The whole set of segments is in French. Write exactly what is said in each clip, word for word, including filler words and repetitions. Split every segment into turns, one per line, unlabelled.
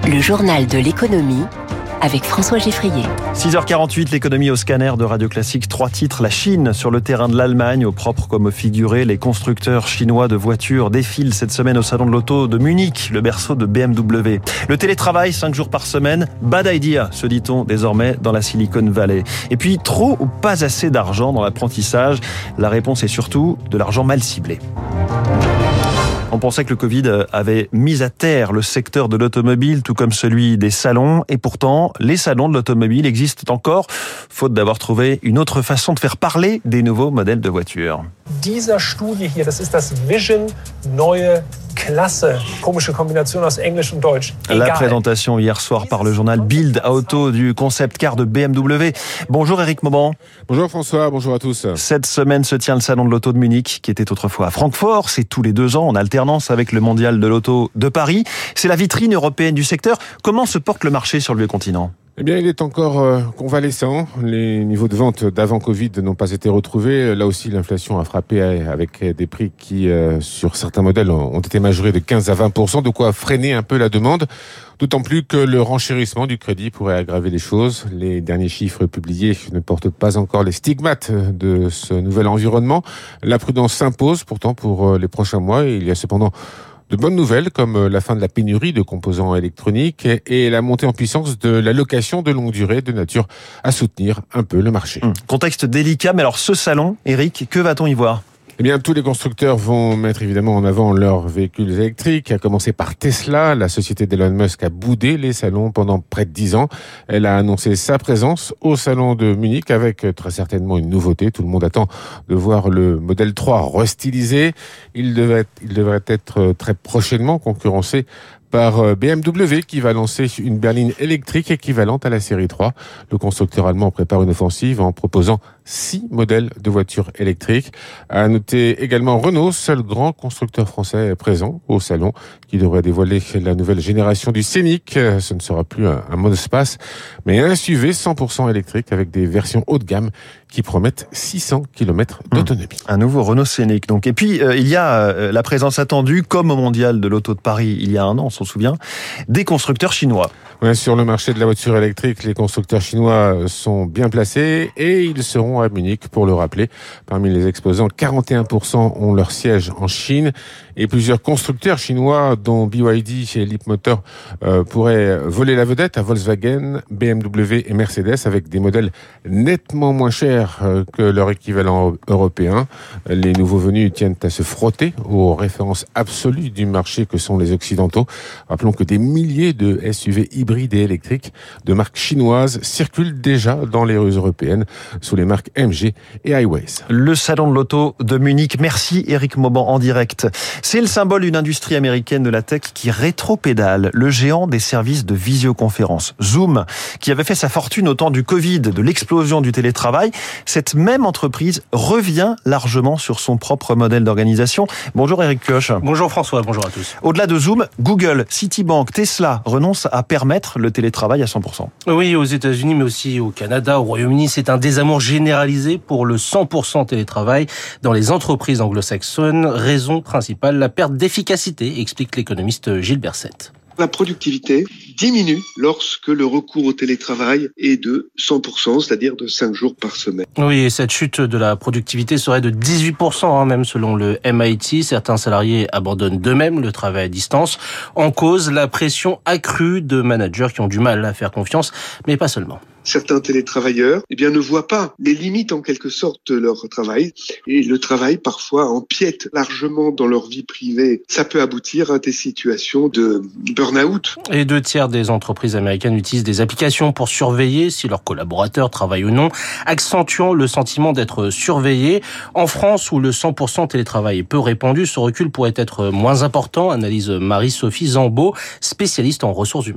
Le journal de l'économie avec François Geffrier.
six heures quarante-huit, l'économie au scanner de Radio Classique. Trois titres. La Chine sur le terrain de l'Allemagne, au propre comme au figuré. Les constructeurs chinois de voitures défilent cette semaine au salon de l'auto de Munich, le berceau de B M W. Le télétravail, cinq jours par semaine. Bad idea, se dit-on désormais dans la Silicon Valley. Et puis, trop ou pas assez d'argent dans l'apprentissage? La réponse est surtout de l'argent mal ciblé. On pensait que le Covid avait mis à terre le secteur de l'automobile, tout comme celui des salons. Et pourtant, les salons de l'automobile existent encore, faute d'avoir trouvé une autre façon de faire parler des nouveaux modèles de voitures.
Dieser Studie hier, das ist das Vision Neue Klasse. Komische Kombination aus Englisch und Deutsch.
La présentation hier soir par le journal Bild Auto du concept car de B M W. Bonjour Éric Mauban.
Bonjour François, bonjour à tous.
Cette semaine se tient le salon de l'auto de Munich, qui était autrefois à Francfort. C'est tous les deux ans, en alternance avec le mondial de l'auto de Paris. C'est la vitrine européenne du secteur. Comment se porte le marché sur le vieux continent ?
Eh bien, il est encore euh, convalescent. Les niveaux de vente d'avant Covid n'ont pas été retrouvés. Là aussi, l'inflation a frappé avec des prix qui, euh, sur certains modèles, ont été majorés de quinze à vingt pour cent, de quoi freiner un peu la demande. D'autant plus que le renchérissement du crédit pourrait aggraver les choses. Les derniers chiffres publiés ne portent pas encore les stigmates de ce nouvel environnement. La prudence s'impose pourtant pour les prochains mois. Il y a cependant de bonnes nouvelles comme la fin de la pénurie de composants électroniques et la montée en puissance de la location de longue durée de nature à soutenir un peu le marché.
Mmh. Contexte délicat, mais alors ce salon, Eric, que va-t-on y voir ?
Eh bien, tous les constructeurs vont mettre évidemment en avant leurs véhicules électriques, à commencer par Tesla. La société d'Elon Musk a boudé les salons pendant près de dix ans. Elle a annoncé sa présence au salon de Munich avec très certainement une nouveauté. Tout le monde attend de voir le modèle trois restylisé. Il devrait, il devrait être très prochainement concurrencé par B M W qui va lancer une berline électrique équivalente à la série trois. Le constructeur allemand prépare une offensive en proposant six modèles de voitures électriques. À noter également Renault, seul grand constructeur français présent au salon, qui devrait dévoiler la nouvelle génération du Scénic. Ce ne sera plus un, un monospace, mais un S U V cent pour cent électrique avec des versions haut de gamme qui promettent six cents kilomètres d'autonomie.
Mmh. Un nouveau Renault Scénic. Donc. Et puis, euh, il y a euh, la présence attendue, comme au Mondial de l'Auto de Paris il y a un an, on s'en souvient, des constructeurs chinois.
Ouais, sur le marché de la voiture électrique, les constructeurs chinois sont bien placés et ils seront à Munich pour le rappeler. Parmi les exposants, quarante et un pour cent ont leur siège en Chine et plusieurs constructeurs chinois, dont B Y D et Leapmotor, euh, pourraient voler la vedette à Volkswagen, B M W et Mercedes avec des modèles nettement moins chers euh, que leur équivalent européen. Les nouveaux venus tiennent à se frotter aux références absolues du marché que sont les Occidentaux. Rappelons que des milliers de S U V hybrides et électriques de marques chinoises circulent déjà dans les rues européennes sous les marques M G et Highways.
Le salon de l'auto de Munich. Merci Éric Mauban en direct. C'est le symbole d'une industrie américaine de la tech qui rétropédale. Le géant des services de visioconférence, Zoom, qui avait fait sa fortune au temps du Covid, de l'explosion du télétravail. Cette même entreprise revient largement sur son propre modèle d'organisation. Bonjour Éric Pioche.
Bonjour François, bonjour à tous.
Au-delà de Zoom, Google, Citibank, Tesla renoncent à permettre le télétravail à cent pour cent.
Oui, aux États-Unis, mais aussi au Canada, au Royaume-Uni, c'est un désamour généralisé pour le cent pour cent télétravail dans les entreprises anglo-saxonnes. Raison principale, la perte d'efficacité, explique l'économiste Gilles Berset.
La productivité diminue lorsque le recours au télétravail est de cent pour cent, c'est-à-dire de cinq jours par semaine.
Oui, et cette chute de la productivité serait de dix-huit pour cent, hein, même selon le M I T. Certains salariés abandonnent d'eux-mêmes le travail à distance. En cause, la pression accrue de managers qui ont du mal à faire confiance, mais pas seulement.
Certains télétravailleurs eh bien, ne voient pas les limites en quelque sorte de leur travail et le travail parfois empiète largement dans leur vie privée. Ça peut aboutir à des situations de burn-out.
Et deux tiers des entreprises américaines utilisent des applications pour surveiller si leurs collaborateurs travaillent ou non, accentuant le sentiment d'être surveillés. En France, où le cent pour cent télétravail est peu répandu, ce recul pourrait être moins important, analyse Marie-Sophie Zambeau, spécialiste en ressources humaines.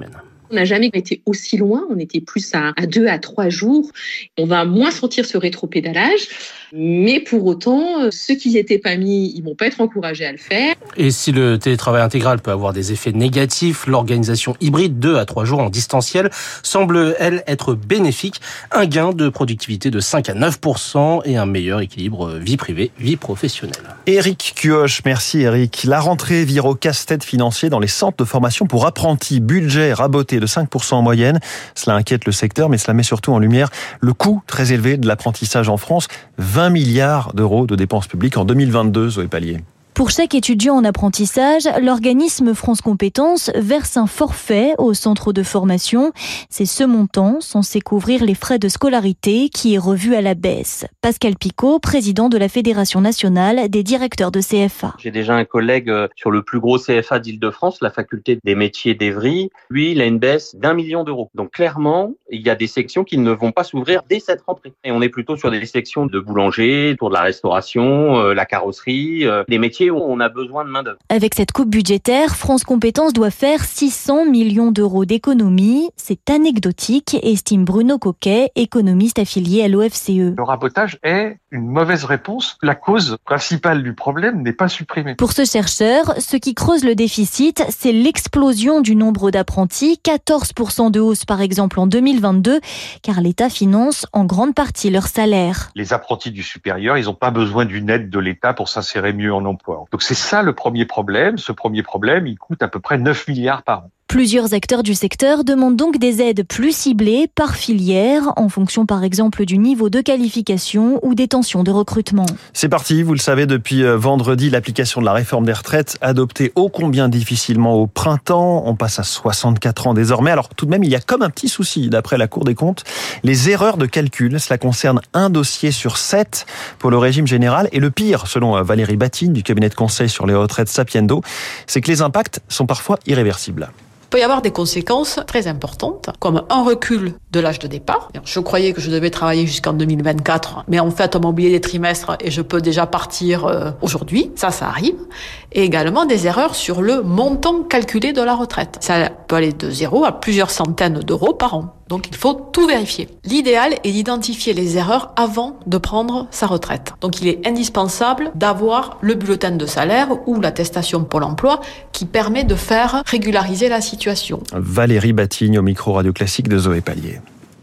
On n'a jamais été aussi loin, on était plus à, à deux à trois jours. On va moins sentir ce rétropédalage, mais pour autant, ceux qui n'y étaient pas mis, ils vont pas être encouragés à le faire.
Et si le télétravail intégral peut avoir des effets négatifs, l'organisation hybride deux à trois jours en distanciel semble, elle, être bénéfique. Un gain de productivité de cinq à neuf pour cent et un meilleur équilibre vie privée, vie professionnelle.
Éric Cuoche, merci Éric. La rentrée vire au casse-tête financier dans les centres de formation pour apprentis. Budget raboté de cinq pour cent en moyenne. Cela inquiète le secteur, mais cela met surtout en lumière le coût très élevé de l'apprentissage en France. vingt milliards d'euros de dépenses publiques en deux mille vingt-deux, Zoé Pallier.
Pour chaque étudiant en apprentissage, l'organisme France Compétences verse un forfait au centre de formation. C'est ce montant censé couvrir les frais de scolarité qui est revu à la baisse. Pascal Picot, président de la Fédération nationale des directeurs de C F A.
J'ai déjà un collègue sur le plus gros C F A d'Île-de-France, la faculté des métiers d'Evry. Lui, il a une baisse d'un million d'euros. Donc clairement, il y a des sections qui ne vont pas s'ouvrir dès cette rentrée. Et on est plutôt sur des sections de boulanger, pour de la restauration, la carrosserie, des métiers où on a besoin de main-d'œuvre.
Avec cette coupe budgétaire, France Compétences doit faire six cents millions d'euros d'économies. C'est anecdotique, estime Bruno Coquet, économiste affilié à l'O F C E.
Le rabotage est une mauvaise réponse. La cause principale du problème n'est pas supprimée.
Pour ce chercheur, ce qui creuse le déficit, c'est l'explosion du nombre d'apprentis, quatorze pour cent de hausse par exemple en deux mille vingt-deux, car l'État finance en grande partie leur salaire.
Les apprentis du supérieur, ils n'ont pas besoin d'une aide de l'État pour s'insérer mieux en emploi. Donc c'est ça le premier problème. Ce premier problème, il coûte à peu près neuf milliards par an.
Plusieurs acteurs du secteur demandent donc des aides plus ciblées par filière, en fonction par exemple du niveau de qualification ou des tensions de recrutement.
C'est parti, vous le savez, depuis vendredi, l'application de la réforme des retraites, adoptée ô combien difficilement au printemps. On passe à soixante-quatre ans désormais. Alors tout de même, il y a comme un petit souci, d'après la Cour des comptes. Les erreurs de calcul, cela concerne un dossier sur sept pour le régime général. Et le pire, selon Valérie Batine, du cabinet de conseil sur les retraites Sapiendo, c'est que les impacts sont parfois irréversibles.
Il peut y avoir des conséquences très importantes, comme un recul de l'âge de départ. Je croyais que je devais travailler jusqu'en deux mille vingt-quatre, mais en fait, on m'a oublié des trimestres et je peux déjà partir euh, aujourd'hui. Ça, ça arrive. Et également des erreurs sur le montant calculé de la retraite. Ça peut aller de zéro à plusieurs centaines d'euros par an. Donc, il faut tout vérifier. L'idéal est d'identifier les erreurs avant de prendre sa retraite. Donc, il est indispensable d'avoir le bulletin de salaire ou l'attestation Pôle emploi qui permet de faire régulariser la situation.
Valérie Batigne au micro Radio Classique de Zoé Pallier.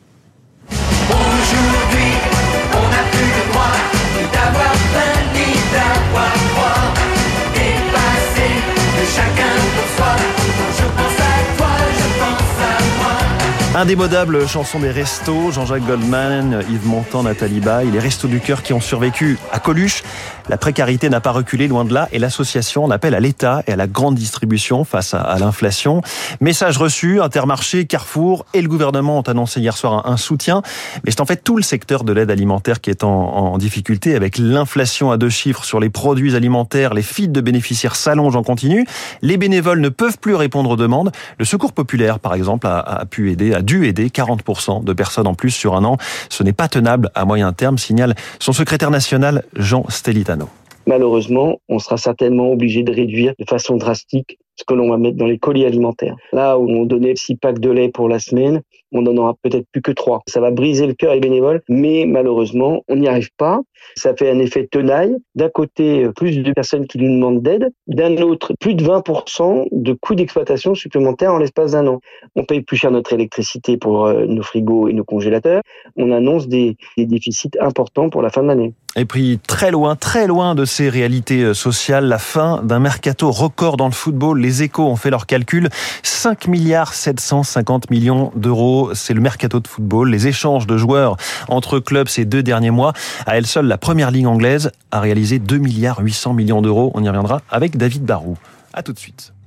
Aujourd'hui, on n'a plus le droit d'avoir peur ni d'avoir froid. Dépassé de chacun pour soi. Je pense à toi, je pense à moi.
Indémodable chanson des restos, Jean-Jacques Goldman, Yves Montand, Nathalie Baye, les restos du cœur qui ont survécu à Coluche. La précarité n'a pas reculé, loin de là, et l'association en appelle à l'État et à la grande distribution face à, à l'inflation. Message reçu, Intermarché, Carrefour et le gouvernement ont annoncé hier soir un, un soutien. Mais c'est en fait tout le secteur de l'aide alimentaire qui est en, en difficulté, avec l'inflation à deux chiffres sur les produits alimentaires. Les files de bénéficiaires s'allongent en continu. Les bénévoles ne peuvent plus répondre aux demandes. Le Secours populaire, par exemple, a, a pu aider, a dû aider quarante pour cent de personnes en plus sur un an. Ce n'est pas tenable à moyen terme, signale son secrétaire national, Jean Stellitano.
Malheureusement, on sera certainement obligé de réduire de façon drastique ce que l'on va mettre dans les colis alimentaires. Là où on donnait six packs de lait pour la semaine, on n'en aura peut-être plus que trois. Ça va briser le cœur des bénévoles, mais malheureusement, on n'y arrive pas. Ça fait un effet tenaille. D'un côté, plus de personnes qui nous demandent d'aide. D'un autre, plus de vingt pour cent de coûts d'exploitation supplémentaires en l'espace d'un an. On paye plus cher notre électricité pour nos frigos et nos congélateurs. On annonce des, des déficits importants pour la fin de l'année.
Et puis très loin, très loin de ces réalités sociales, la fin d'un mercato record dans le football. Les Échos ont fait leurs calculs. cinq milliards sept cent cinquante millions d'euros, c'est le mercato de football. Les échanges de joueurs entre clubs ces deux derniers mois. À elle seule, la première ligue anglaise a réalisé deux milliards huit cents millions d'euros. On y reviendra avec David Barrou. À tout de suite.